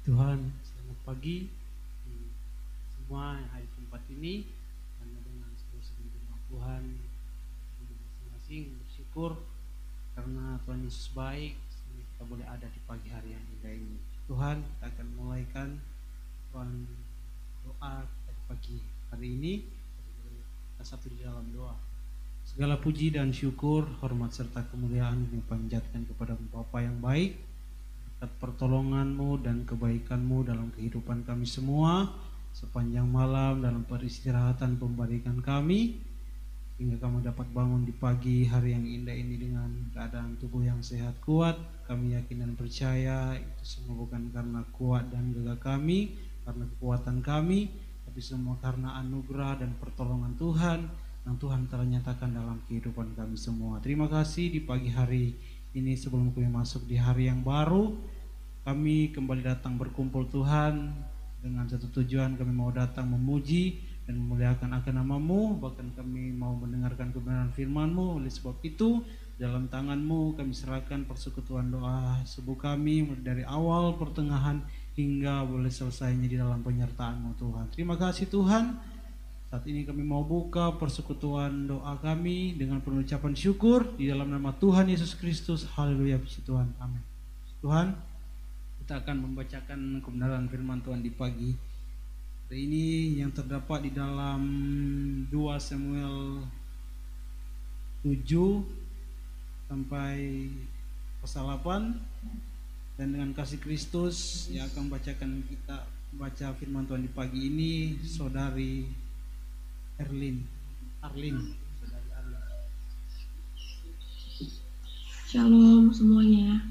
Tuhan, selamat pagi semua yang ada di tempat ini. Karena dengan seluruh firman Tuhan masing-masing bersyukur karena Tuhan Yesus baik, sehingga kita boleh ada di pagi hari yang indah ini. Tuhan, kita akan mulaikan Tuhan doa kita di pagi hari ini. Kita satu di dalam doa. Segala puji dan syukur, hormat serta kemuliaan kami panjatkan kepada Bapa yang baik, pertolongan-Mu dan kebaikan-Mu dalam kehidupan kami semua sepanjang malam dalam peristirahatan pemberikan kami, hingga kami dapat bangun di pagi hari yang indah ini dengan keadaan tubuh yang sehat kuat. Kami yakin dan percaya itu semua bukan karena kuat dan gagah kami, karena kekuatan kami, tapi semua karena anugerah dan pertolongan Tuhan yang Tuhan telah nyatakan dalam kehidupan kami semua. Terima kasih di pagi hari ini sebelum kami masuk di hari yang baru, kami kembali datang berkumpul Tuhan dengan satu tujuan. Kami mau datang memuji dan memuliakan akan nama-Mu, bahkan kami mau mendengarkan kebenaran firman-Mu. Oleh sebab itu, dalam tangan-Mu kami serahkan persekutuan doa subuh kami dari awal, pertengahan, hingga boleh selesainya di dalam penyertaan-Mu Tuhan. Terima kasih Tuhan. Saat ini kami mau buka persekutuan doa kami dengan pengucapan syukur di dalam nama Tuhan Yesus Kristus. Haleluya, puji Tuhan. Amin. Tuhan, kita akan membacakan kebenaran firman Tuhan di pagi hari ini yang terdapat di dalam 2 Samuel 7 sampai pasal 8, dan dengan kasih Kristus yang akan membacakan kita baca firman Tuhan di pagi ini Saudari Arlin. Shalom semuanya.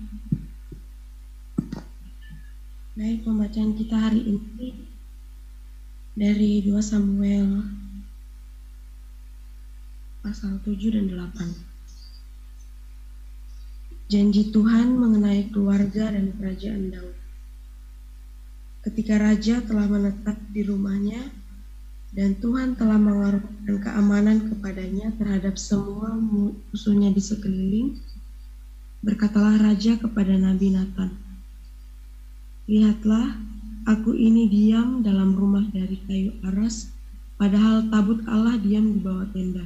Baik, pembacaan kita hari ini dari 2 Samuel pasal 7 dan 8. Janji Tuhan mengenai keluarga dan kerajaan Daud. Ketika raja telah menetap di rumahnya dan Tuhan telah mengaruniakan keamanan kepadanya terhadap semua musuhnya di sekeliling, berkatalah raja kepada Nabi Nathan, "Lihatlah, aku ini diam dalam rumah dari kayu aras, padahal tabut Allah diam di bawah tenda."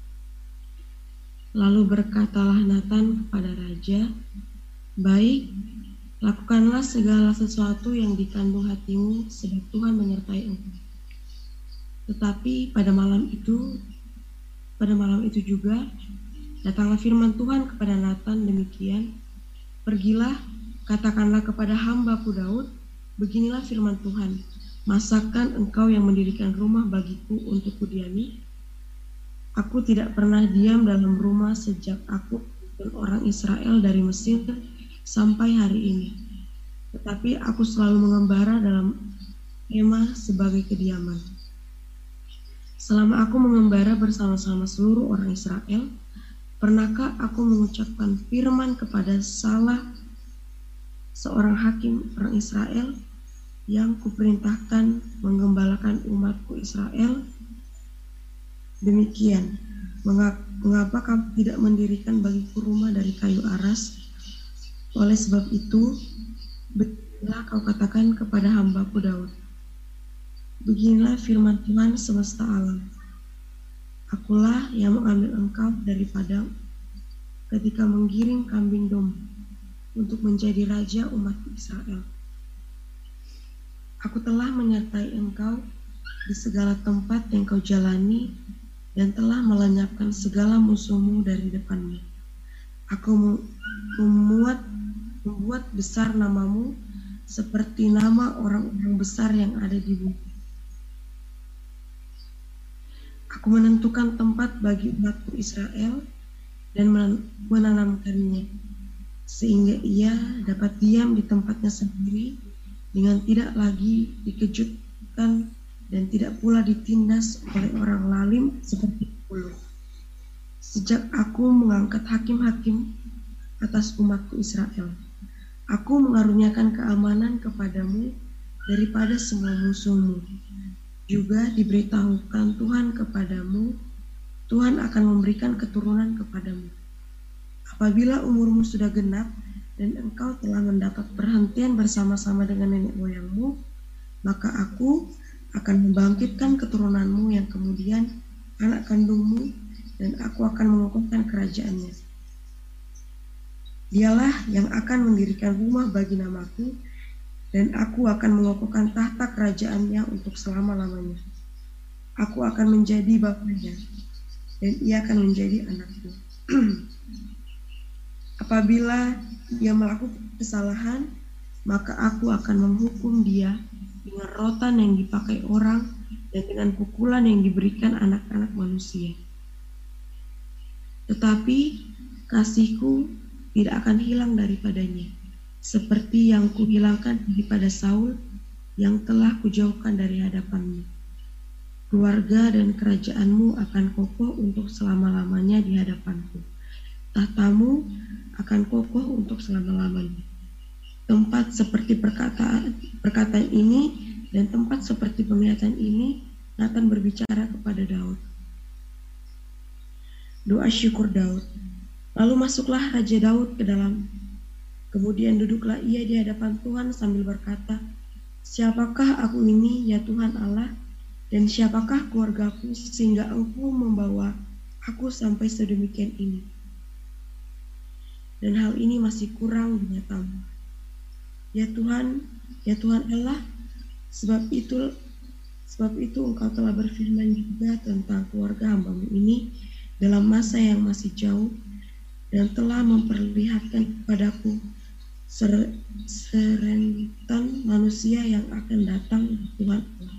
Lalu berkatalah Nathan kepada raja, "Baik, lakukanlah segala sesuatu yang dikandung hatimu, sebab Tuhan menyertai engkau." Tetapi pada malam itu juga datanglah firman Tuhan kepada Nathan demikian, "Pergilah, katakanlah kepada hamba-Ku Daud, beginilah firman Tuhan, masakan engkau yang mendirikan rumah bagiku untuk kudiami? Aku tidak pernah diam dalam rumah sejak aku dan orang Israel dari Mesir sampai hari ini. Tetapi aku selalu mengembara dalam kemah sebagai kediaman. Selama aku mengembara bersama-sama seluruh orang Israel, pernahkah aku mengucapkan firman kepada salah seorang hakim orang Israel yang kuperintahkan menggembalakan umatku Israel? Demikian, mengapa kamu tidak mendirikan bagiku rumah dari kayu aras? Oleh sebab itu, beginilah kau katakan kepada hamba-Ku Daud, beginilah firman Tuhan semesta alam, akulah yang mengambil engkau daripada ketika menggiring kambing domba untuk menjadi raja umat Israel. Aku telah menyertai engkau di segala tempat yang kau jalani dan telah melenyapkan segala musuhmu dari depanmu. Aku membuat besar namamu seperti nama orang-orang besar yang ada di bumi. Aku menentukan tempat bagi umatku Israel dan menanamkannya, sehingga ia dapat diam di tempatnya sendiri dengan tidak lagi dikejutkan dan tidak pula ditindas oleh orang lalim seperti dulu. Sejak aku mengangkat hakim-hakim atas umatku Israel, aku mengaruniakan keamanan kepadamu daripada semua musuhmu. Juga diberitahukan Tuhan kepadamu, Tuhan akan memberikan keturunan kepadamu. Apabila umurmu sudah genap dan engkau telah mendapat perhentian bersama-sama dengan nenek moyangmu, maka aku akan membangkitkan keturunanmu yang kemudian anak kandungmu, dan aku akan mengokohkan kerajaannya. Dialah yang akan mendirikan rumah bagi namaku, dan aku akan mengokohkan tahta kerajaannya untuk selama-lamanya. Aku akan menjadi bapaknya, dan ia akan menjadi anakku. Apabila ia melakukan kesalahan, maka aku akan menghukum dia dengan rotan yang dipakai orang dan dengan pukulan yang diberikan anak-anak manusia. Tetapi kasihku tidak akan hilang daripadanya, seperti yang kuhilangkan daripada Saul yang telah kujauhkan dari hadapanmu. Keluarga dan kerajaanmu akan kokoh untuk selama-lamanya di hadapanku. Tahtamu akan kokoh untuk selama-lamanya. Tempat seperti perkataan ini dan tempat seperti penglihatan ini, Nathan berbicara kepada Daud. Doa syukur Daud. Lalu masuklah Raja Daud ke dalam. Kemudian duduklah ia di hadapan Tuhan sambil berkata, siapakah aku ini, ya Tuhan Allah, dan siapakah keluargaku sehingga Engkau membawa aku sampai sedemikian ini. Dan hal ini masih kurang di matamu. Ya Tuhan Allah, sebab itu Engkau telah berfirman juga tentang keluarga hamba-Mu ini dalam masa yang masih jauh, dan telah memperlihatkan kepadaku serentan manusia yang akan datang Tuhan Allah.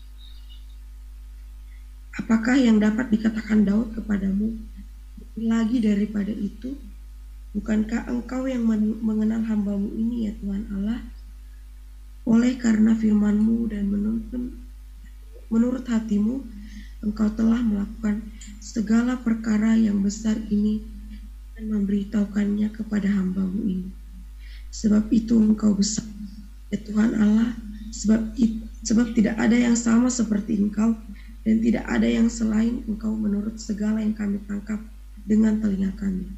Apakah yang dapat dikatakan Daud kepadamu lagi daripada itu? Bukankah engkau yang mengenal hamba-Mu ini, ya Tuhan Allah? Oleh karena firman-Mu dan menurut hati-Mu, Engkau telah melakukan segala perkara yang besar ini dan memberitahukannya kepada hamba-Mu ini. Sebab itu Engkau besar, ya Tuhan Allah, sebab tidak ada yang sama seperti Engkau, dan tidak ada yang selain Engkau menurut segala yang kami tangkap dengan telinga kami.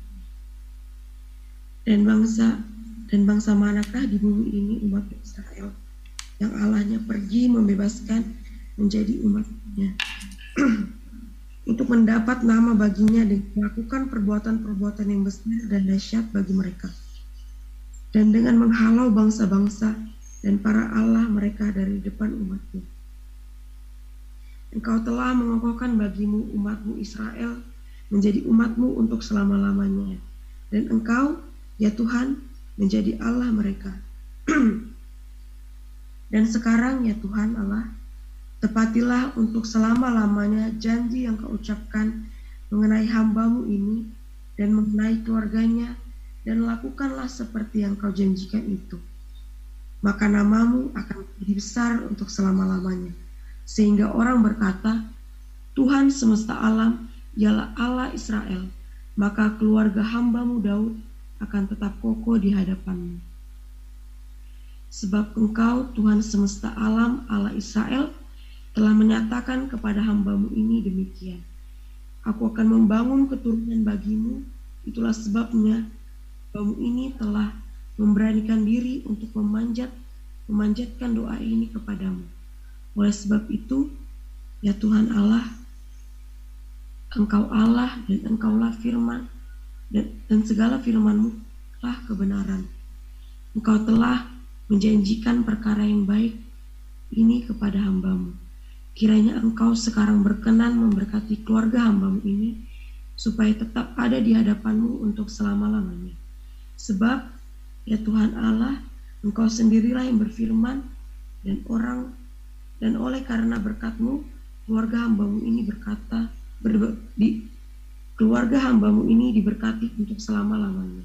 Dan bangsa manakah di bumi ini umat Israel yang Allahnya pergi membebaskan menjadi umatnya untuk mendapat nama baginya dan melakukan perbuatan-perbuatan yang besar dan dahsyat bagi mereka, dan dengan menghalau bangsa-bangsa dan para Allah mereka dari depan umatnya. Engkau telah mengokohkan bagimu umatmu Israel menjadi umatmu untuk selama-lamanya, dan Engkau, ya Tuhan, menjadi Allah mereka. Dan sekarang, ya Tuhan Allah, tepatilah untuk selama-lamanya janji yang Kau ucapkan mengenai hamba-Mu ini dan mengenai keluarganya, dan lakukanlah seperti yang Kau janjikan itu. Maka nama-Mu akan menjadi besar untuk selama-lamanya, sehingga orang berkata, Tuhan semesta alam ialah Allah Israel, maka keluarga hamba-Mu Daud akan tetap kokoh di hadapan-Mu. Sebab Engkau, Tuhan semesta alam, Allah Israel, telah menyatakan kepada hamba-Mu ini demikian. Aku akan membangun keturunan bagimu, itulah sebabnya hamba-Mu ini telah memberanikan diri untuk memanjatkan doa ini kepadamu. Oleh sebab itu, ya Tuhan Allah, Engkau Allah dan Engkaulah firman, dan segala firman-Mu telah kebenaran. Engkau telah menjanjikan perkara yang baik ini kepada hamba-Mu. Kiranya Engkau sekarang berkenan memberkati keluarga hamba-Mu ini, supaya tetap ada di hadapan-Mu untuk selama-lamanya. Sebab, ya Tuhan Allah, Engkau sendirilah yang berfirman, dan oleh karena berkat-Mu, keluarga hamba-Mu ini keluarga hamba-Mu ini diberkati untuk selama-lamanya.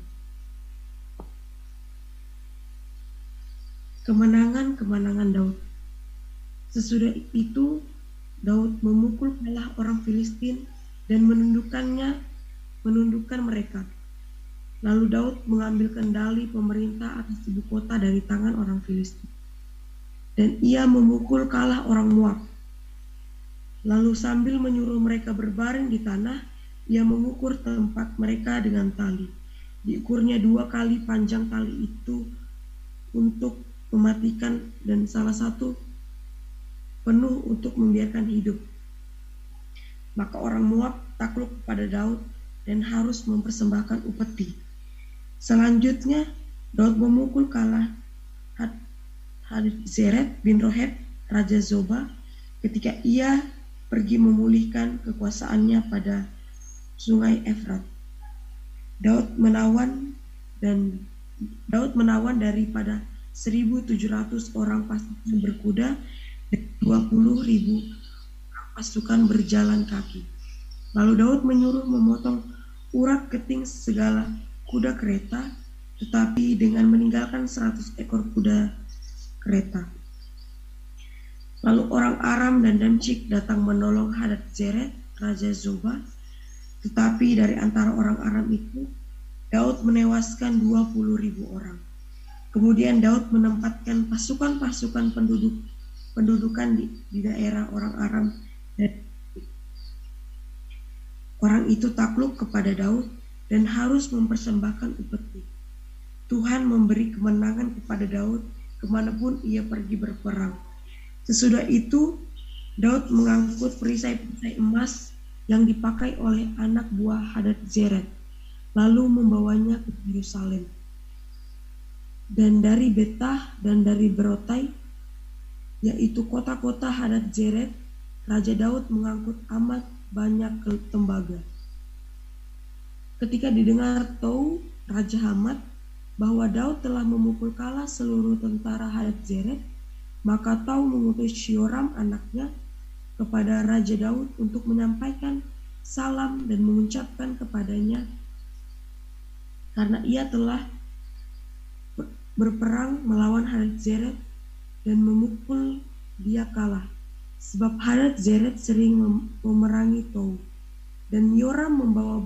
Kemenangan Daud. Sesudah itu, Daud memukul kalah orang Filistin dan menundukkan mereka. Lalu Daud mengambil kendali pemerintah atas ibu kota dari tangan orang Filistin. Dan ia memukul kalah orang Moab. Lalu sambil menyuruh mereka berbaring di tanah, ia mengukur tempat mereka dengan tali. Diukurnya 2 kali panjang tali itu untuk mematikan dan salah satu penuh untuk membiarkan hidup. Maka orang Moab takluk kepada Daud dan harus mempersembahkan upeti. Selanjutnya Daud memukul kalah Hadadzeret bin Roheb, Raja Zoba, ketika ia pergi memulihkan kekuasaannya pada sungai Efrat. Daud menawan daripada 1.700 orang pasukan berkuda dan 20.000 pasukan berjalan kaki. Lalu Daud menyuruh memotong urat keting segala kuda kereta, tetapi dengan meninggalkan 100 ekor kuda kereta. Lalu orang Aram dan Damsyik datang menolong Hadadzeret, Raja Zoba, tetapi dari antara orang Aram itu Daud menewaskan 20.000 orang. Kemudian Daud menempatkan pasukan-pasukan pendudukan di daerah orang Aram dan orang itu takluk kepada Daud dan harus mempersembahkan upeti. Tuhan memberi kemenangan kepada Daud kemanapun ia pergi berperang. Sesudah itu Daud mengangkut perisai-perisai emas yang dipakai oleh anak buah Hadadzeret, lalu membawanya ke Yerusalem. Dan dari Betah dan dari Berotai, yaitu kota-kota Hadadzeret, Raja Daud mengangkut amat banyak tembaga. Ketika didengar Tou, Raja Hamat, bahwa Daud telah memukul kalah seluruh tentara Hadadzeret, maka Tou mengutus Yoram anaknya kepada Raja Daud untuk menyampaikan salam dan mengucapkan kepadanya karena ia telah berperang melawan Hadadzeret dan memukul dia kalah, sebab Hadadzeret sering memerangi Tou. Dan Yoram membawa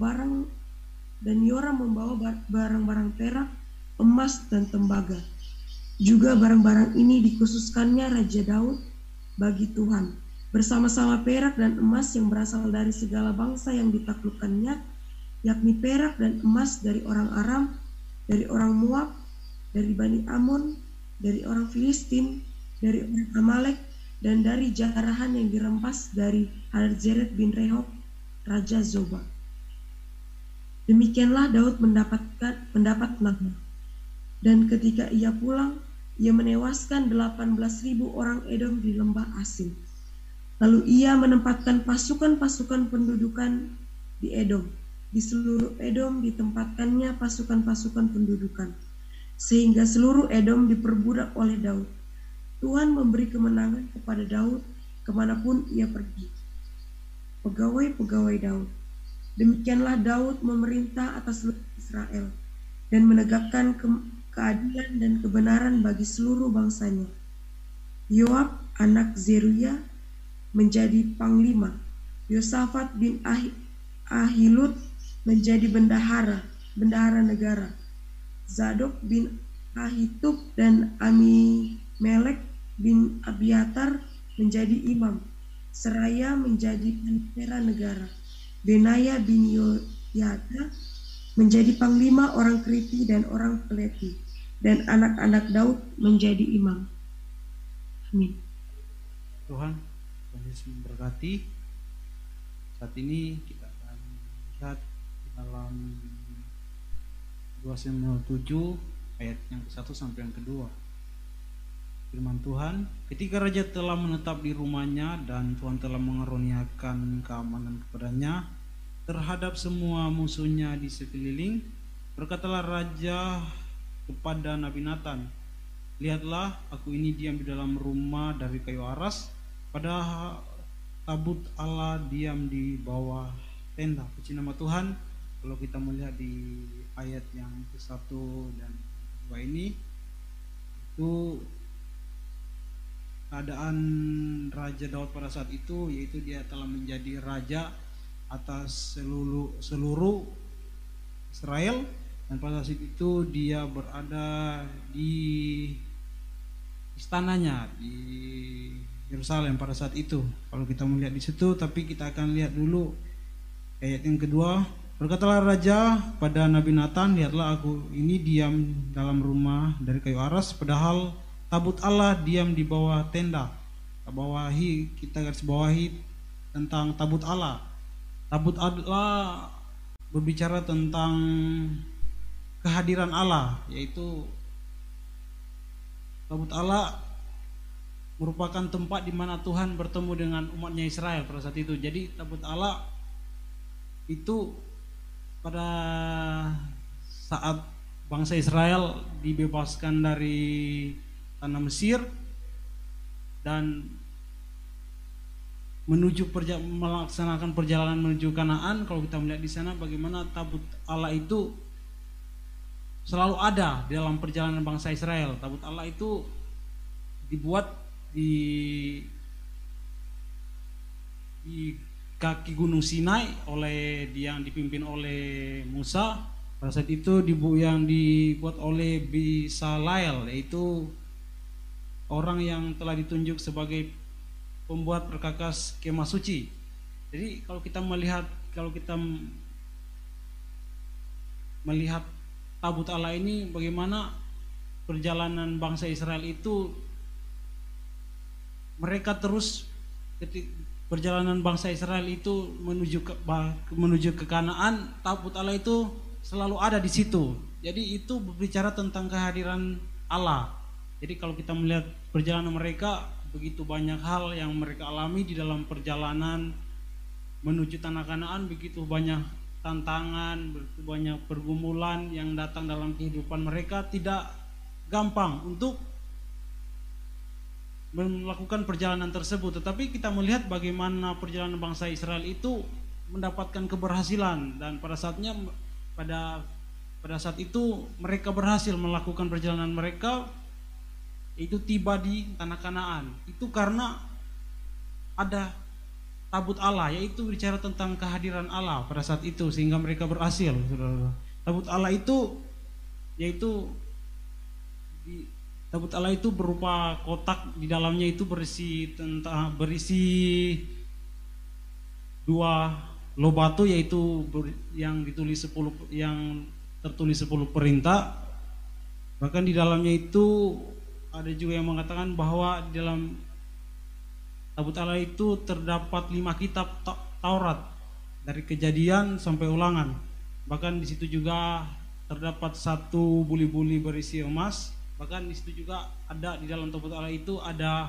barang-barang perak, emas dan tembaga. Juga barang-barang ini dikhususkannya Raja Daud bagi Tuhan, bersama-sama perak dan emas yang berasal dari segala bangsa yang ditaklukkannya, yakni perak dan emas dari orang Aram, dari orang Moab, dari Bani Amon, dari orang Filistin, dari orang Amalek, dan dari jarahan yang dirempas dari Hadadzeret bin Rehob, Raja Zoba. Demikianlah Daud mendapat nama. Dan ketika ia pulang, ia menewaskan 18.000 orang Edom di lembah Asin. Lalu ia menempatkan pasukan-pasukan pendudukan di Edom. Di seluruh Edom ditempatkannya pasukan-pasukan pendudukan, sehingga seluruh Edom diperbudak oleh Daud. Tuhan memberi kemenangan kepada Daud kemanapun ia pergi. Pegawai-pegawai Daud. Demikianlah Daud memerintah atas seluruh Israel dan menegakkan keadilan dan kebenaran bagi seluruh bangsanya. Yoab anak Zeruya menjadi panglima, Yosafat bin Ahilud menjadi bendahara negara, Zadok bin Ahitub dan Amimelek bin Abiatar menjadi imam, Seraya menjadi panitera negara, Benaya bin Yoyada menjadi panglima orang Kriti dan orang Peleti, dan anak-anak Daud menjadi imam. Amin. Tuhan Yesus memberkati. Saat ini kita akan lihat dalam 2 Samuel 7 ayat yang ke-1 sampai yang ke-2. Firman Tuhan, ketika raja telah menetap di rumahnya dan Tuhan telah mengaruniakan keamanan kepadanya terhadap semua musuhnya di sekeliling, berkatalah raja kepada Nabi Nathan, lihatlah, aku ini diam di dalam rumah dari kayu aras, pada tabut Allah diam di bawah tenda. Puji nama Tuhan. Kalau kita melihat di ayat yang ke-1 dan 2 ini, itu keadaan Raja Daud pada saat itu, yaitu dia telah menjadi raja atas seluruh Israel, dan pada saat itu dia berada di istananya di Yerusalem pada saat itu. Kalau kita melihat di situ, tapi kita akan lihat dulu ayat yang kedua Berkatalah raja pada Nabi Nathan, lihatlah aku ini diam dalam rumah dari kayu aras, padahal tabut Allah diam di bawah tenda. Kita garis bawahi tentang tabut Allah. Tabut Allah berbicara tentang kehadiran Allah, yaitu tabut Allah merupakan tempat di mana Tuhan bertemu dengan umatnya Israel pada saat itu. Jadi tabut Allah itu pada saat bangsa Israel dibebaskan dari tanah Mesir dan melaksanakan perjalanan menuju Kanaan. Kalau kita melihat di sana bagaimana tabut Allah itu selalu ada di dalam perjalanan bangsa Israel. Tabut Allah itu dibuat di kaki Gunung Sinai yang dipimpin oleh Musa. Pada saat itu yang dibuat oleh Bisalael, yaitu orang yang telah ditunjuk sebagai pembuat perkakas kemah suci. Jadi kalau kita melihat tabut Allah ini, bagaimana perjalanan bangsa Israel itu, mereka terus perjalanan bangsa Israel itu menuju ke Kanaan, tabut Allah itu selalu ada di situ. Jadi itu berbicara tentang kehadiran Allah. Jadi kalau kita melihat perjalanan mereka, begitu banyak hal yang mereka alami di dalam perjalanan menuju tanah Kanaan, begitu banyak tantangan, begitu banyak pergumulan yang datang dalam kehidupan mereka. Tidak gampang untuk melakukan perjalanan tersebut, tetapi kita melihat bagaimana perjalanan bangsa Israel itu mendapatkan keberhasilan, dan pada saat itu mereka berhasil melakukan perjalanan mereka, itu tiba di tanah Kanaan. Itu karena ada tabut Allah, yaitu bicara tentang kehadiran Allah pada saat itu, sehingga mereka berhasil. Tabut Allah itu tabut Allah itu berupa kotak, di dalamnya itu berisi dua loh batu, yaitu yang tertulis 10 perintah. Bahkan di dalamnya itu ada juga yang mengatakan bahwa di dalam tabut Allah itu terdapat 5 kitab Taurat dari Kejadian sampai Ulangan. Bahkan di situ juga terdapat 1 buli-buli berisi emas. Bahkan di situ juga ada, di dalam tabut Allah itu ada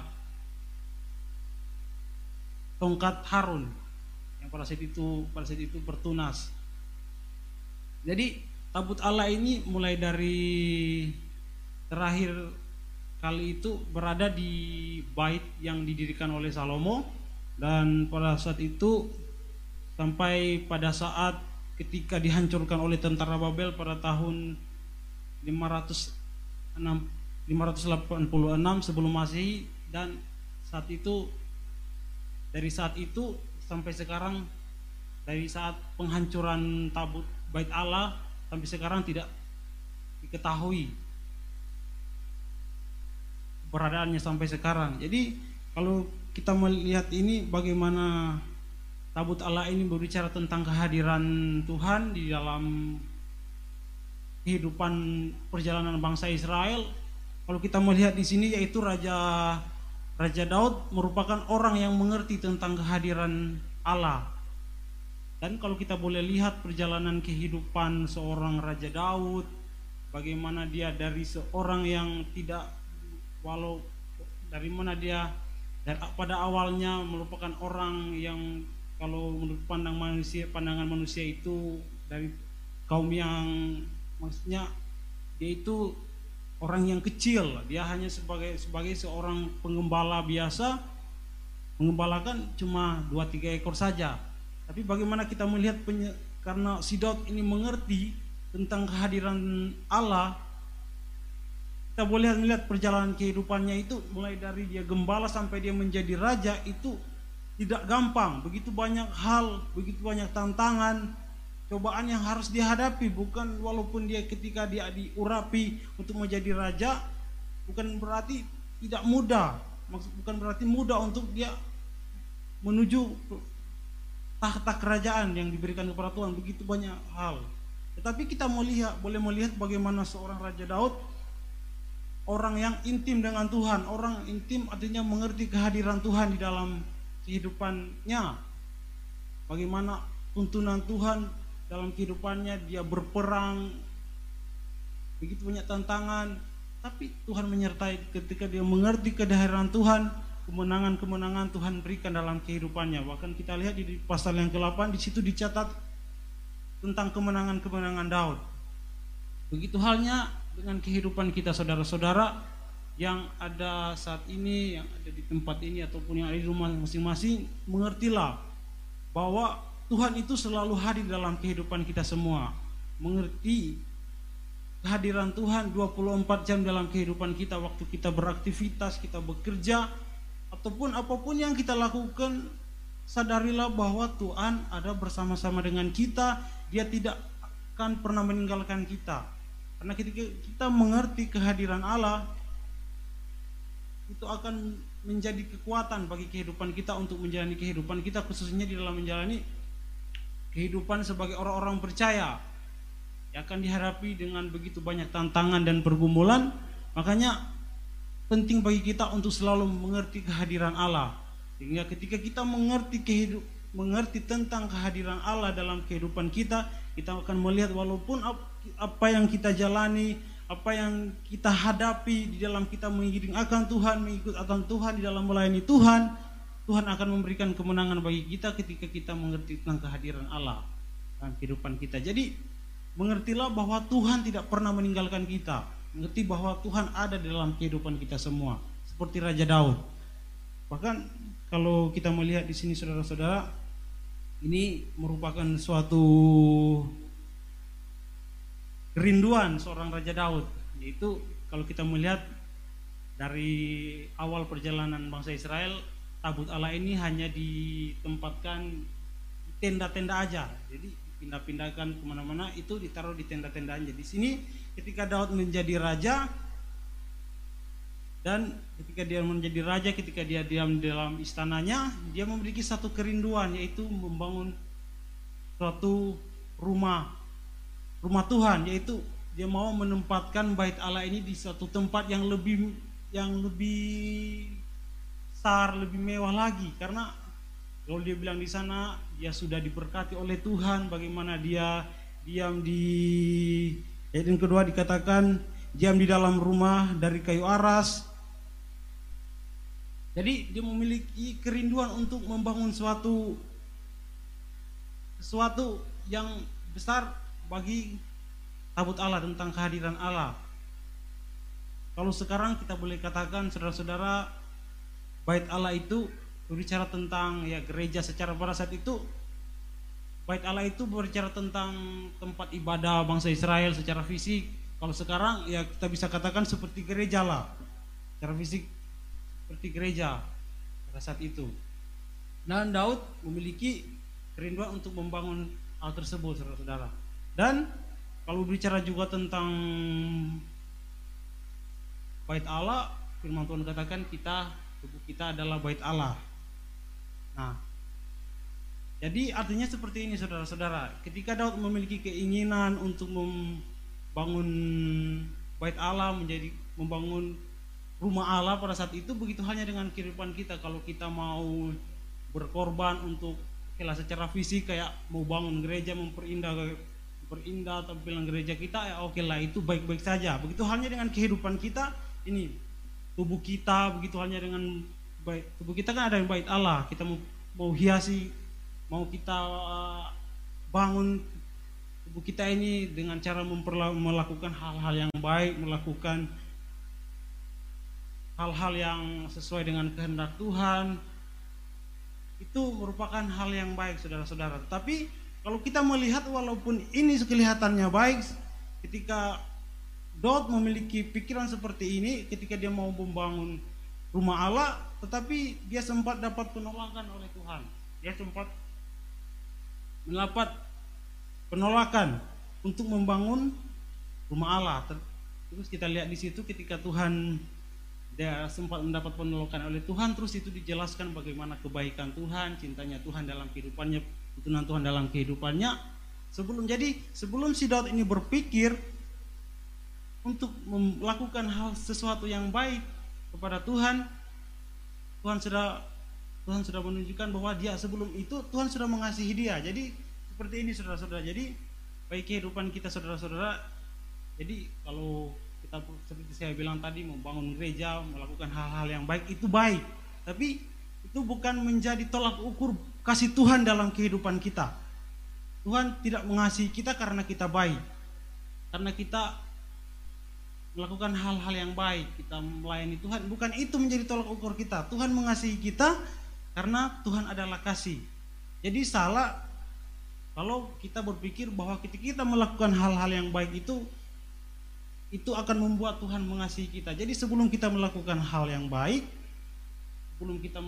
tongkat Harun yang pada saat itu bertunas. Jadi tabut Allah ini mulai dari terakhir kali itu berada di bait yang didirikan oleh Salomo, dan pada saat itu sampai pada saat ketika dihancurkan oleh tentara Babel pada tahun 586 sebelum Masehi. Dan dari saat itu sampai sekarang, dari saat penghancuran tabut bait Allah sampai sekarang tidak diketahui keberadaannya sampai sekarang. Jadi kalau kita melihat ini, bagaimana tabut Allah ini berbicara tentang kehadiran Tuhan di dalam kehidupan perjalanan bangsa Israel. Kalau kita melihat di sini, yaitu Raja Daud merupakan orang yang mengerti tentang kehadiran Allah. Dan kalau kita boleh lihat perjalanan kehidupan seorang Raja Daud, bagaimana dia dari seorang yang pada awalnya merupakan orang yang, kalau menurut pandangan manusia itu dari kaum yang, maksudnya dia itu orang yang kecil, dia hanya sebagai seorang penggembala biasa, mengembalakan cuma 2-3 ekor saja. Tapi bagaimana kita melihat, karena si Daud ini mengerti tentang kehadiran Allah, kita boleh melihat perjalanan kehidupannya itu mulai dari dia gembala sampai dia menjadi raja itu tidak gampang. Begitu banyak hal, begitu banyak tantangan, cobaan yang harus dihadapi. Bukan, walaupun ketika dia diurapi untuk menjadi raja, bukan berarti tidak mudah. Bukan berarti mudah untuk dia menuju tahta kerajaan yang diberikan kepada Tuhan, begitu banyak hal. Tetapi kita boleh melihat bagaimana seorang Raja Daud, orang yang intim dengan Tuhan. Orang intim artinya mengerti kehadiran Tuhan di dalam kehidupannya. Bagaimana tuntunan Tuhan dalam kehidupannya, dia berperang, begitu banyak tantangan, tapi Tuhan menyertai ketika dia mengerti kehadiran Tuhan. Kemenangan-kemenangan Tuhan berikan dalam kehidupannya. Bahkan kita lihat di pasal yang ke-8, di situ dicatat tentang kemenangan-kemenangan Daud. Begitu halnya dengan kehidupan kita saudara-saudara yang ada saat ini, yang ada di tempat ini ataupun yang ada di rumah masing-masing. Mengertilah bahwa Tuhan itu selalu hadir dalam kehidupan kita semua. Mengerti kehadiran Tuhan 24 jam dalam kehidupan kita, waktu kita beraktivitas, kita bekerja, ataupun apapun yang kita lakukan, sadarilah bahwa Tuhan ada bersama-sama dengan kita. Dia tidak akan pernah meninggalkan kita. Karena ketika kita mengerti kehadiran Allah, itu akan menjadi kekuatan bagi kehidupan kita untuk menjalani kehidupan kita, khususnya di dalam menjalani kehidupan sebagai orang-orang percaya yang akan dihadapi dengan begitu banyak tantangan dan pergumulan. Makanya penting bagi kita untuk selalu mengerti kehadiran Allah, sehingga ketika kita mengerti tentang kehadiran Allah dalam kehidupan kita, kita akan melihat walaupun apa yang kita jalani, apa yang kita hadapi di dalam kita mengiring akan Tuhan, mengikut akan Tuhan, di dalam melayani Tuhan, Tuhan akan memberikan kemenangan bagi kita ketika kita mengerti tentang kehadiran Allah dalam kehidupan kita. Jadi mengertilah bahwa Tuhan tidak pernah meninggalkan kita. Mengerti bahwa Tuhan ada di dalam kehidupan kita semua, seperti Raja Daud. Bahkan kalau kita melihat di sini saudara-saudara, ini merupakan suatu kerinduan seorang Raja Daud, yaitu kalau kita melihat dari awal perjalanan bangsa Israel, tabut Allah ini hanya ditempatkan di tenda-tenda aja. Jadi pindah-pindahkan kemana-mana, itu ditaruh di tenda-tenda aja. Di sini ketika Daud menjadi raja, dan ketika dia menjadi raja, ketika dia diam dalam istananya, dia memiliki satu kerinduan, yaitu membangun suatu rumah Tuhan, yaitu dia mau menempatkan bait Allah ini di suatu tempat yang lebih besar, lebih mewah lagi. Karena kalau dia bilang di sana dia sudah diberkati oleh Tuhan, bagaimana dia diam di ayat yang kedua dikatakan diam di dalam rumah dari kayu aras. Jadi dia memiliki kerinduan untuk membangun sesuatu yang besar bagi tabut Allah, tentang kehadiran Allah. Kalau sekarang kita boleh katakan saudara-saudara, bait Allah itu berbicara tentang ya gereja. Secara pada saat itu bait Allah itu berbicara tentang tempat ibadah bangsa Israel secara fisik. Kalau sekarang ya kita bisa katakan seperti gereja lah, secara fisik seperti gereja pada saat itu. Dan Daud memiliki kerinduan untuk membangun hal tersebut saudara-saudara. Dan kalau bicara juga tentang bait Allah, firman Tuhan katakan tubuh kita adalah bait Allah. Nah, jadi artinya seperti ini saudara-saudara. Ketika Daud memiliki keinginan untuk membangun bait Allah, membangun rumah Allah pada saat itu, begitu halnya dengan kehidupan kita. Kalau kita mau berkorban untuk secara fisik, kayak mau bangun gereja, memperindah tampilan gereja kita, ya oke lah, itu baik-baik saja. Begitu halnya dengan kehidupan kita ini, tubuh kita, begitu halnya dengan tubuh kita kan ada yang bait Allah. Kita mau hiasi, mau kita bangun tubuh kita ini dengan cara melakukan hal-hal yang baik, melakukan hal-hal yang sesuai dengan kehendak Tuhan. Itu merupakan hal yang baik saudara-saudara. Tapi kalau kita melihat, walaupun ini kelihatannya baik, ketika Daud memiliki pikiran seperti ini, ketika dia mau membangun rumah Allah, tetapi dia sempat dapat penolakan oleh Tuhan. Dia sempat mendapat penolakan untuk membangun rumah Allah. Terus kita lihat di situ ketika dia sempat mendapat penolakan oleh Tuhan, terus itu dijelaskan bagaimana kebaikan Tuhan, cintanya Tuhan dalam kehidupannya tuntunan Tuhan dalam kehidupannya. Sebelum si Daud ini berpikir untuk melakukan sesuatu yang baik kepada Tuhan, Tuhan sudah menunjukkan bahwa dia sebelum itu Tuhan sudah mengasihi dia. Jadi seperti ini saudara-saudara. Jadi bagi kehidupan kita saudara-saudara, jadi kalau kita seperti saya bilang tadi, membangun gereja, melakukan hal-hal yang baik itu baik, tapi itu bukan menjadi tolak ukur kasih Tuhan dalam kehidupan kita. Tuhan tidak mengasihi kita karena kita baik, karena kita melakukan hal-hal yang baik, kita melayani Tuhan, bukan itu menjadi tolak ukur kita. Tuhan mengasihi kita karena Tuhan adalah kasih. Jadi salah kalau kita berpikir bahwa ketika kita melakukan hal-hal yang baik itu akan membuat Tuhan mengasihi kita. Jadi sebelum kita melakukan hal yang baik, sebelum kita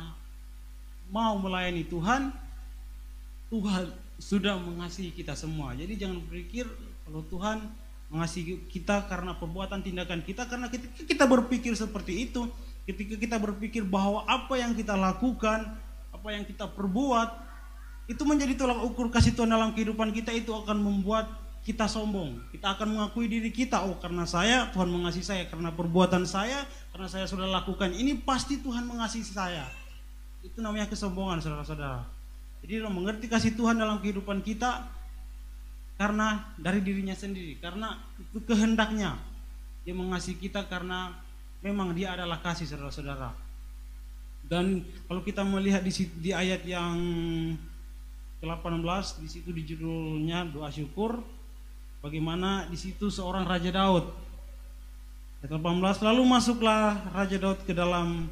mau melayani Tuhan, Tuhan sudah mengasihi kita semua. Jadi jangan berpikir kalau Tuhan mengasihi kita karena perbuatan tindakan kita, karena ketika kita berpikir seperti itu, ketika kita berpikir bahwa apa yang kita lakukan, apa yang kita perbuat itu menjadi tolak ukur kasih Tuhan dalam kehidupan kita, itu akan membuat kita sombong. Kita akan mengakui diri kita, oh karena Tuhan mengasihi saya, karena perbuatan saya, karena saya sudah lakukan ini pasti Tuhan mengasihi saya. Itu namanya kesombongan saudara-saudara. Jadi mengerti kasih Tuhan dalam kehidupan kita karena dari dirinya sendiri, karena itu kehendaknya. Dia mengasihi kita karena memang dia adalah kasih saudara-saudara. Dan kalau kita melihat di ayat yang ke-18, di situ di judulnya doa syukur, bagaimana di situ seorang Raja Daud. Ayat 18, lalu masuklah Raja Daud ke dalam,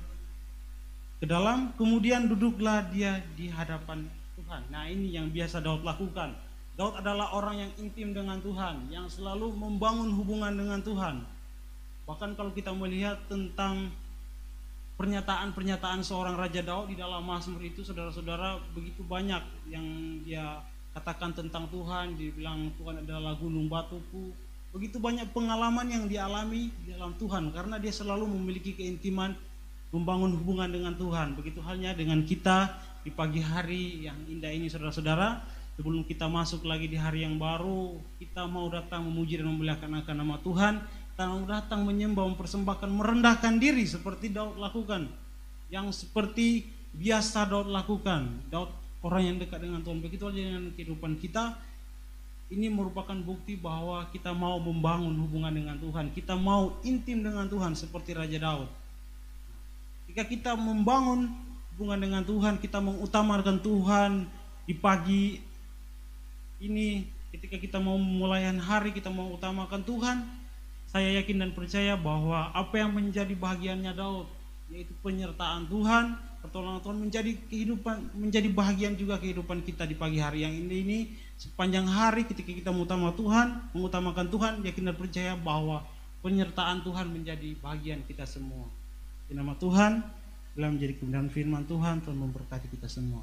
kemudian duduklah dia di hadapan Tuhan. Nah, ini yang biasa Daud lakukan. Daud adalah orang yang intim dengan Tuhan, yang selalu membangun hubungan dengan Tuhan. Bahkan kalau kita melihat tentang pernyataan-pernyataan seorang Raja Daud di dalam Mazmur itu, saudara-saudara, begitu banyak yang dia katakan tentang Tuhan. Dia bilang Tuhan adalah gunung batuku. Begitu banyak pengalaman yang dialami di dalam Tuhan, karena dia selalu memiliki keintiman, membangun hubungan dengan Tuhan. Begitu halnya dengan kita di pagi hari yang indah ini saudara-saudara. Sebelum kita masuk lagi di hari yang baru, kita mau datang memuji dan memuliakan akan nama Tuhan. Kita mau datang menyembah, mempersembahkan, merendahkan diri seperti Daud lakukan, yang seperti biasa Daud lakukan. Daud orang yang dekat dengan Tuhan. Begitu aja dengan kehidupan kita. Ini merupakan bukti bahwa kita mau membangun hubungan dengan Tuhan, kita mau intim dengan Tuhan seperti Raja Daud. Jika kita membangun hubungan dengan Tuhan, kita mengutamakan Tuhan di pagi ini, ketika kita mau memulayan hari, kita mau utamakan Tuhan. Saya yakin dan percaya bahwa apa yang menjadi bahagiannya Daud, yaitu penyertaan Tuhan, pertolongan Tuhan, menjadi bahagian juga kehidupan kita di pagi hari yang ini. Sepanjang hari ketika kita mengutamakan Tuhan, yakin dan percaya bahwa penyertaan Tuhan menjadi bahagian kita semua. Di nama Tuhan, dalam menjadi kebenaran firman Tuhan, Tuhan memberkati kita semua.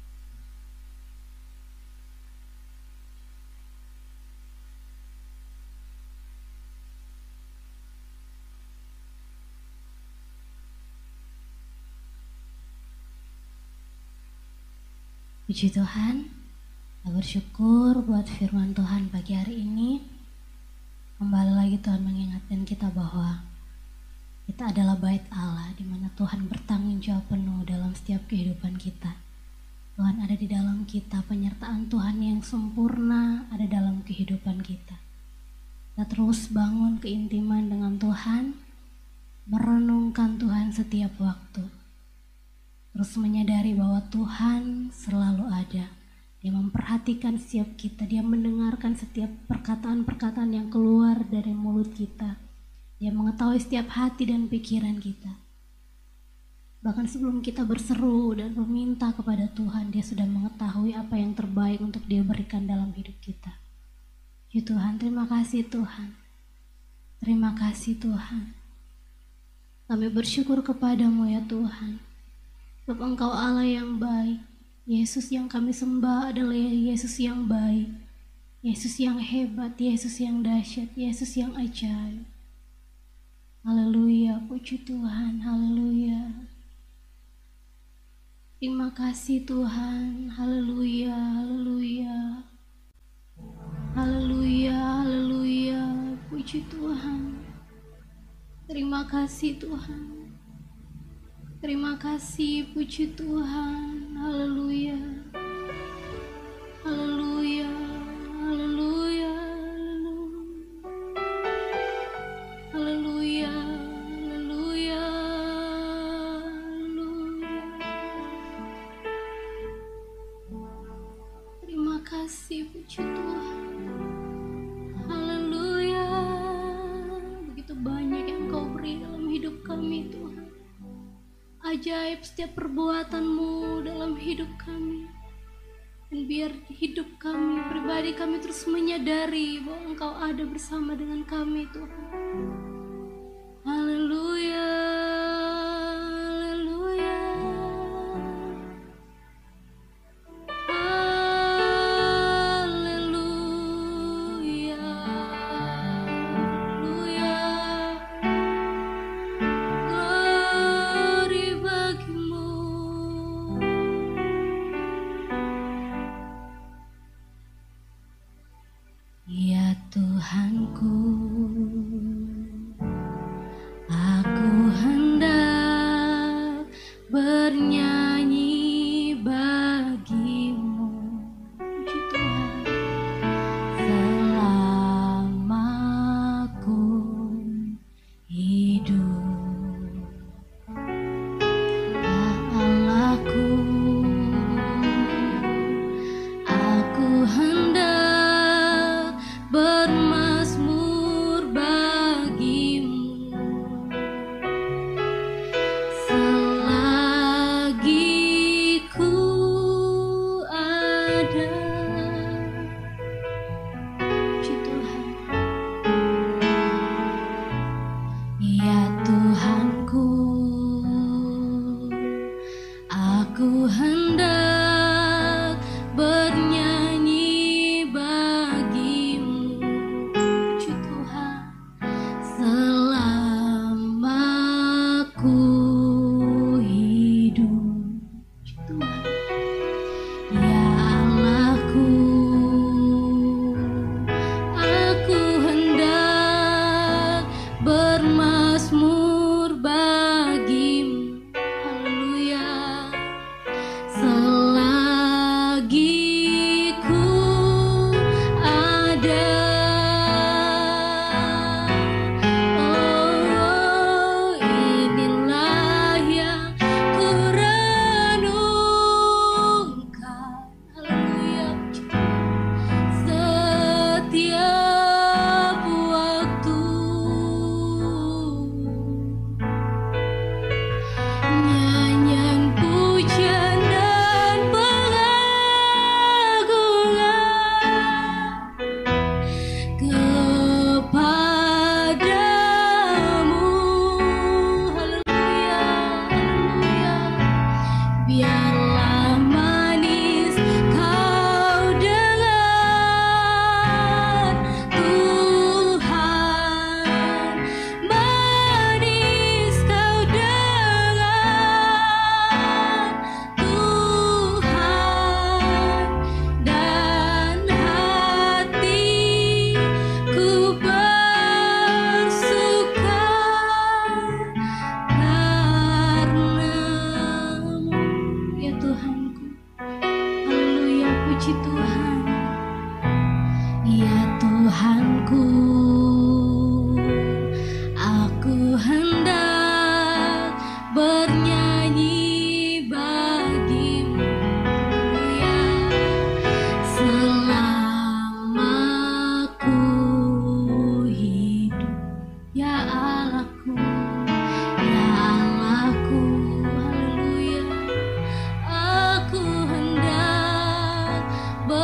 Puji Tuhan, kita bersyukur buat firman Tuhan pagi hari ini. Kembali lagi Tuhan mengingatkan kita bahwa kita adalah bait Allah, di mana Tuhan bertanggung jawab penuh dalam setiap kehidupan kita. Tuhan ada di dalam kita, penyertaan Tuhan yang sempurna ada dalam kehidupan kita. Kita terus bangun keintiman dengan Tuhan, merenungkan Tuhan setiap waktu. Terus menyadari bahwa Tuhan selalu ada. Dia memperhatikan setiap kita. Dia mendengarkan setiap perkataan-perkataan yang keluar dari mulut kita. Dia mengetahui setiap hati dan pikiran kita. Bahkan sebelum kita berseru dan meminta kepada Tuhan, Dia sudah mengetahui apa yang terbaik untuk Dia berikan dalam hidup kita. Ya Tuhan, terima kasih Tuhan. Terima kasih Tuhan. Kami bersyukur kepadamu ya Tuhan. Sebab Engkau Allah yang baik. Yesus yang kami sembah adalah Yesus yang baik. Yesus yang hebat, Yesus yang dahsyat, Yesus yang ajaib. Haleluya, puji Tuhan, haleluya. Terima kasih Tuhan. Haleluya, haleluya. Haleluya, haleluya. Puji Tuhan. Terima kasih Tuhan. Terima kasih, puji Tuhan. Haleluya. Haleluya, haleluya, haleluya, haleluya, haleluya. Terima kasih, puji Tuhan. Haleluya. Begitu banyak yang Kau beri dalam hidup kami Tuhan. Ajaib setiap perbuatan-Mu dalam hidup kami. Dan biar hidup kami, pribadi kami terus menyadari bahwa Engkau ada bersama dengan kami Tuhan. Haleluya, haleluya. Haleluya, haleluya. Glory bagimu. Ya Tuhanku, aku hendak bernyanyi bagimu. Puji Tuhan. Selama aku hidup, ya Allahku, aku hendak bermazmur bagimu selagi ku ada. Puji Tuhan. Ya Tuhanku, aku hendak bernyanyi bagimu. Puji Tuhan. Selama ku hidup. Puji Tuhan. Ya Allahku, aku hendak bermazmur bagimu. Haleluya. Selagi ku ada. Oh, inilah yang ku renungkan. Haleluya. Setiap waktu nyanyian pujian dan pengagungan kepadamu. Haleluya, haleluya. Biarlah manis kau dengar Tuhan, manis kau dengar Tuhan, dan hatiku bersuka karenamu. Ya Tuhanku, haleluya, puji Tuhan. Ya Tuhanku, aku hendak bernyanyi bagimu. Haleluya. Selama ku hidup, ya Allahku, ya Allahku, haleluya. Aku hendak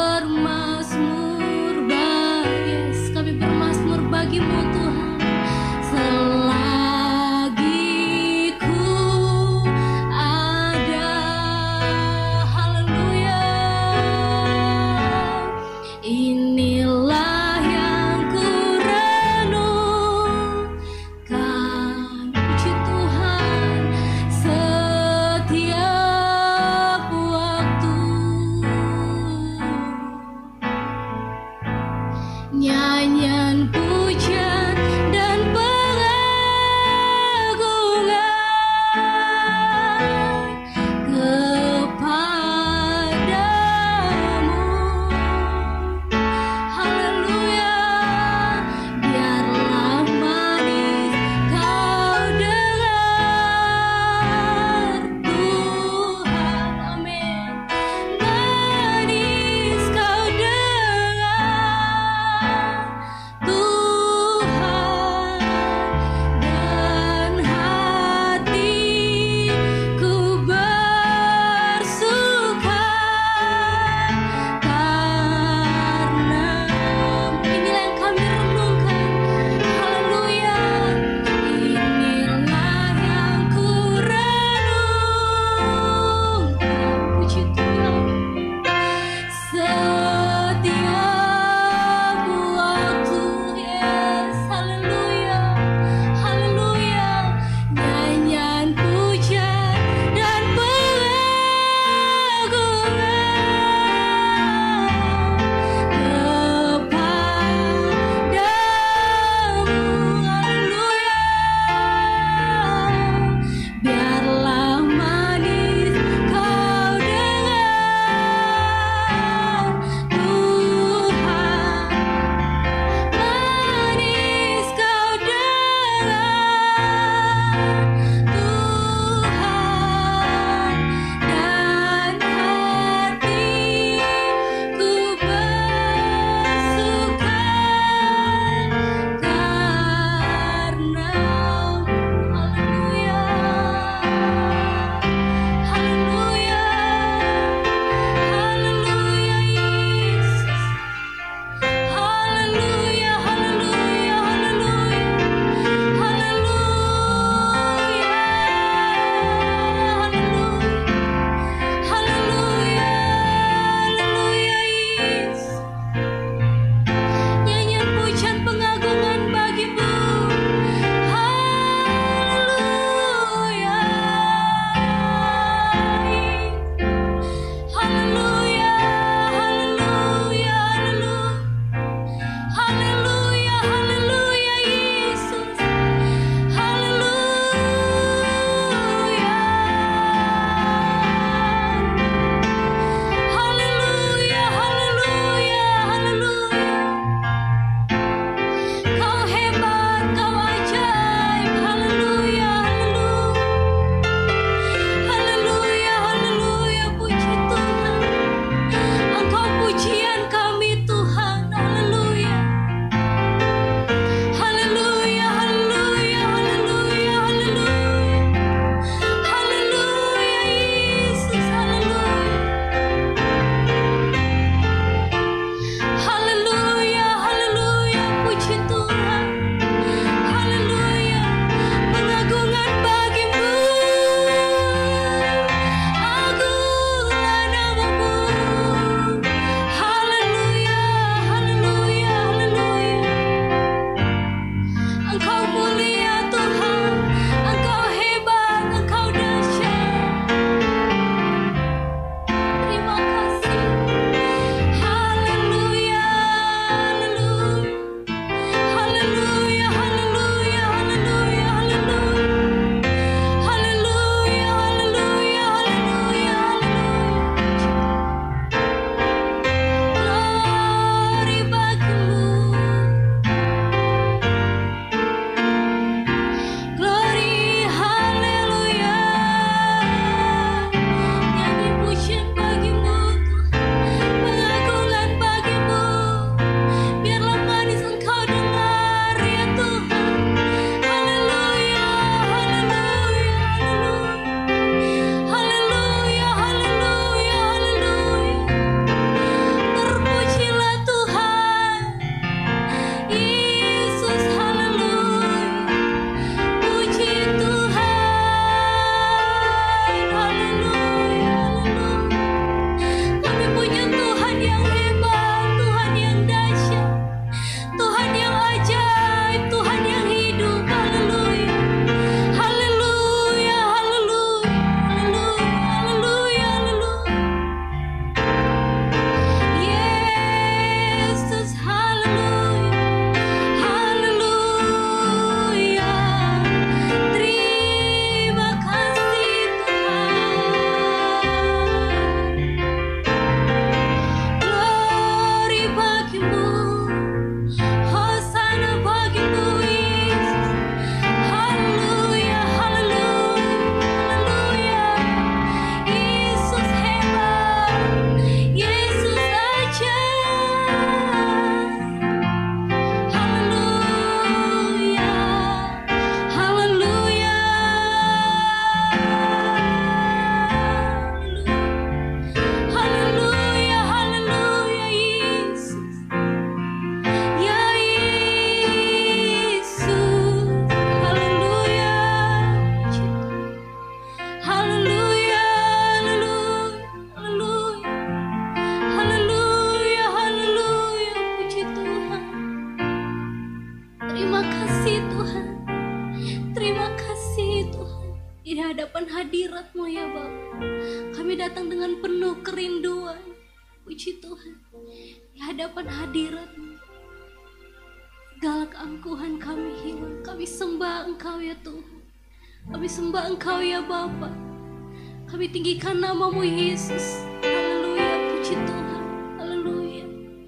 kami datang dengan penuh kerinduan. Puji Tuhan, di hadapan hadirat-Mu segala keangkuhan kami hilang. Kami sembah Engkau ya Tuhan, kami sembah Engkau ya Bapa. Kami tinggikan nama-Mu Yesus. Haleluya, puji Tuhan. Haleluya.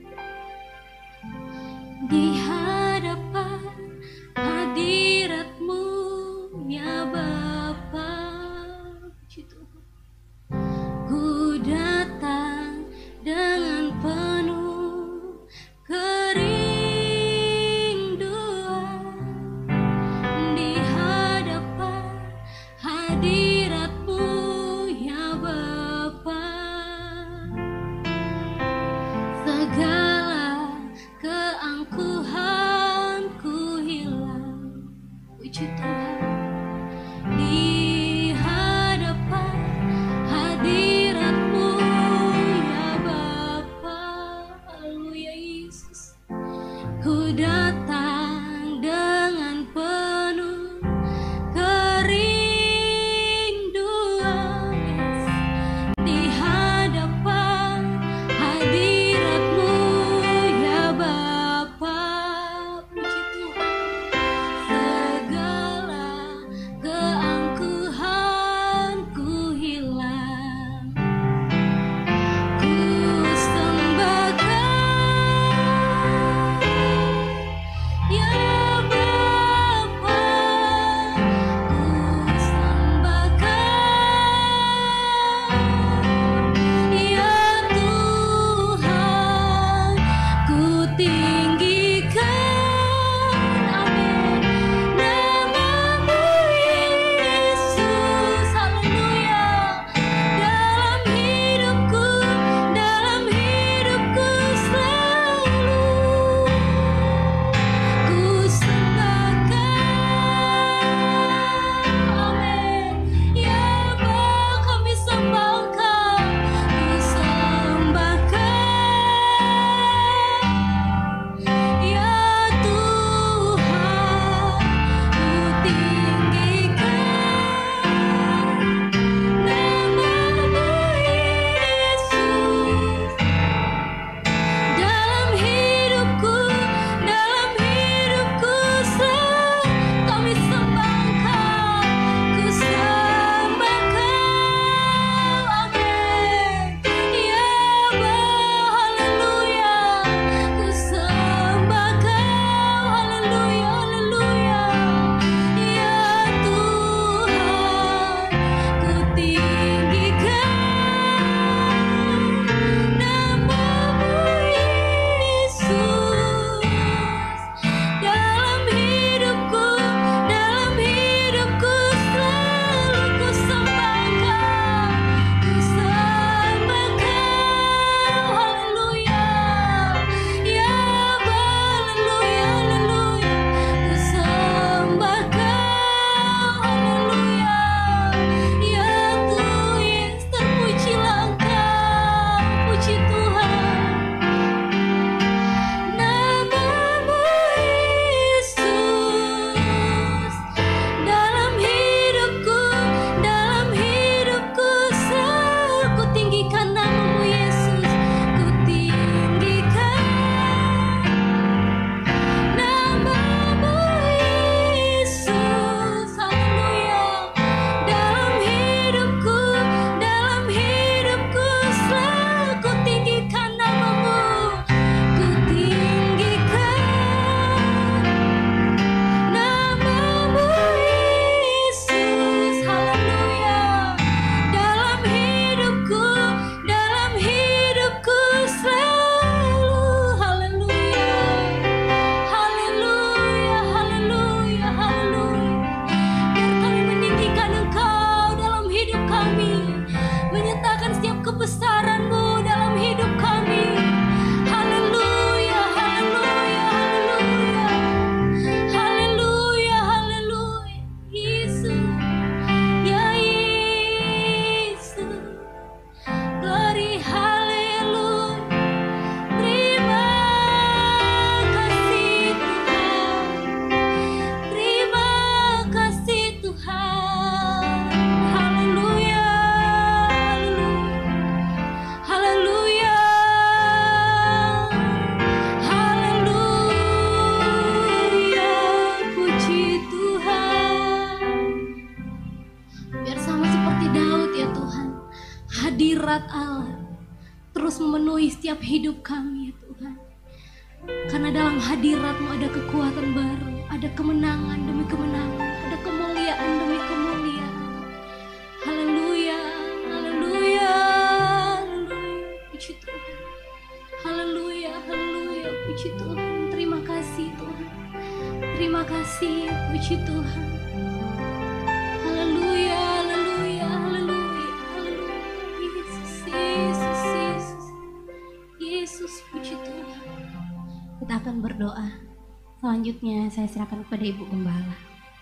Di hadapan hadirat-Mu ya Bapa, puji Tuhan. Ku datang dengan penuh kerinduan di hadapan hadirat-Mu ya Bapa. hadirat Allah terus memenuhi setiap hidup kami ya Tuhan. Karena dalam hadirat-Mu ada kekuatan baru, ada kemenangan demi kemenangan, ada kemuliaan demi kemuliaan. Haleluya, haleluya, haleluya, puji Tuhan. Haleluya, haleluya, puji Tuhan. Terima kasih Tuhan. Terima kasih, puji Tuhan. Haleluya, haleluya, haleluya, haleluya. Yesus, Yesus, Yesus. Yesus, puji Tuhan. Kita akan berdoa. Selanjutnya saya serahkan kepada Ibu Gembala.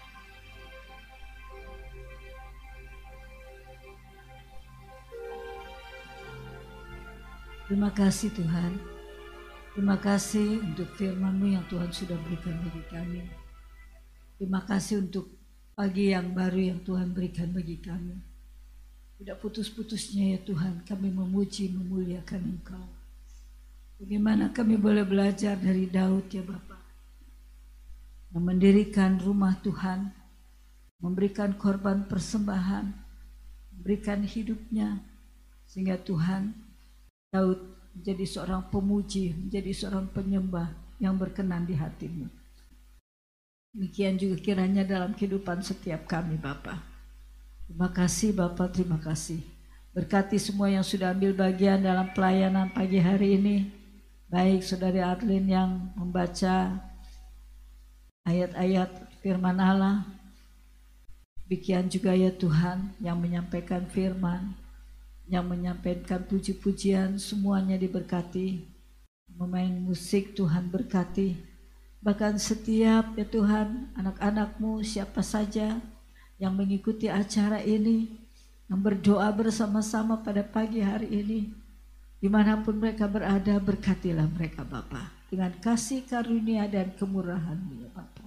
Terima kasih Tuhan. Terima kasih untuk firman-Mu yang Tuhan sudah berikan bagi kami. Terima kasih untuk pagi yang baru yang Tuhan berikan bagi kami. Tidak putus-putusnya ya Tuhan kami memuji, memuliakan Engkau. Bagaimana kami boleh belajar dari Daud ya Bapa, yang mendirikan rumah Tuhan, memberikan korban persembahan, memberikan hidupnya, sehingga Tuhan Daud menjadi seorang pemuji, menjadi seorang penyembah yang berkenan di hati-Mu. Demikian juga kiranya dalam kehidupan setiap kami Bapa. Terima kasih Bapa, terima kasih. Berkati semua yang sudah ambil bagian dalam pelayanan pagi hari ini. Baik Saudari Arlin yang membaca ayat-ayat firman Allah. Demikian juga ya Tuhan yang menyampaikan firman, yang menyampaikan puji-pujian, semuanya diberkati. Memain musik Tuhan berkati. Bahkan setiap ya Tuhan anak-anak-Mu siapa saja yang mengikuti acara ini, yang berdoa bersama-sama pada pagi hari ini, dimanapun mereka berada, berkatilah mereka Bapa dengan kasih karunia dan kemurahan-Mu ya Bapa.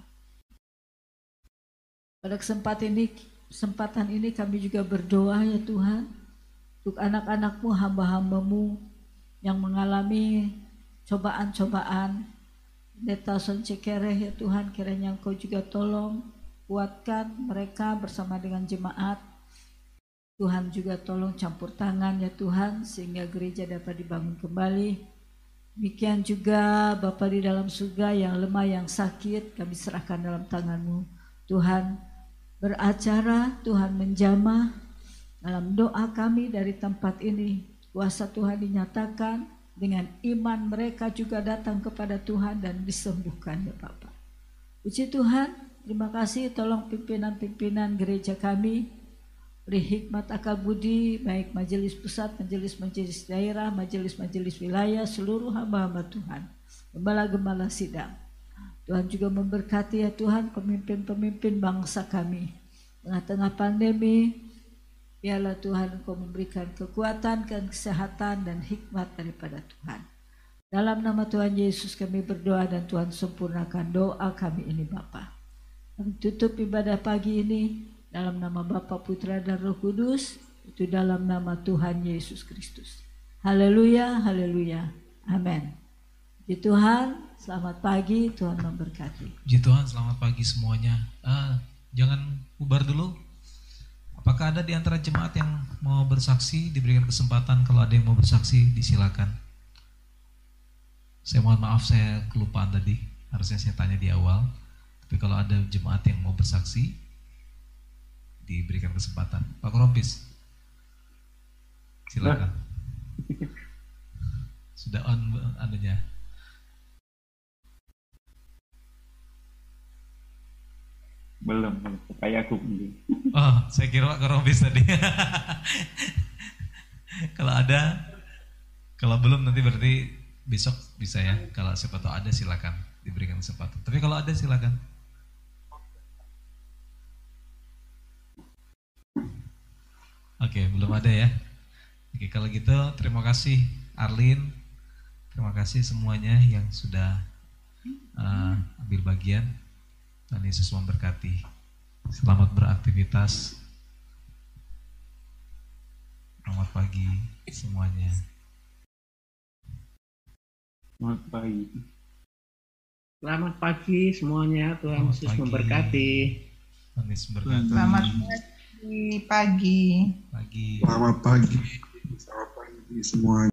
Pada kesempatan ini kami juga berdoa ya Tuhan untuk anak-anak-Mu, hamba-hamba-Mu yang mengalami cobaan-cobaan. Pendeta Soncekereh ya Tuhan, kiranya Engkau juga tolong kuatkan mereka bersama dengan jemaat. Tuhan juga tolong campur tangan ya Tuhan, sehingga gereja dapat dibangun kembali. Demikian juga Bapa di dalam surga yang lemah, yang sakit, kami serahkan dalam tangan-Mu. Tuhan beracara, Tuhan menjamah dalam doa kami dari tempat ini. Kuasa Tuhan dinyatakan, dengan iman mereka juga datang kepada Tuhan dan disembuhkan ya Bapa. Puji Tuhan, terima kasih, tolong pimpinan-pimpinan gereja kami, beri hikmat akal budi, baik majelis pusat, majelis-majelis daerah, majelis-majelis wilayah, seluruh hamba-hamba Tuhan, gembala-gembala sidang. Tuhan juga memberkati ya Tuhan pemimpin-pemimpin bangsa kami. Tengah-tengah pandemi, biarlah Tuhan Engkau memberikan kekuatan dan kesehatan dan hikmat daripada Tuhan. Dalam nama Tuhan Yesus kami berdoa dan Tuhan sempurnakan doa kami ini Bapa. Kami tutup ibadah pagi ini dalam nama Bapa, Putra dan Roh Kudus, itu dalam nama Tuhan Yesus Kristus. Haleluya, haleluya, amin. Puji Tuhan, selamat pagi, Tuhan memberkati. Puji Tuhan, selamat pagi semuanya. Jangan bubar dulu. Apakah ada di antara jemaat yang mau bersaksi? Diberikan kesempatan, kalau ada yang mau bersaksi, disilakan. Saya mohon maaf, saya kelupaan tadi. Harusnya saya tanya di awal. Tapi kalau ada jemaat yang mau bersaksi, diberikan kesempatan. Pak Korompis, silakan. Sudah on anunya. Belum, kayak aku belum. Oh, saya kira Pak Korompis tadi. Kalau ada, kalau belum nanti berarti besok bisa ya. Kalau siapa tahu ada silakan diberikan kesempatan. Tapi kalau ada silakan. Oke, belum ada ya. Oke, kalau gitu terima kasih Arlin. Terima kasih semuanya yang sudah ambil bagian. Tuhan Yesus memberkati. Selamat beraktivitas. Selamat pagi semuanya. Selamat pagi. Selamat pagi semuanya, Tuhan Selamat Yesus pagi. memberkati. Tuhan Yesus memberkati. Selamat pagi. Pagi. Selamat pagi. Selamat bagi semua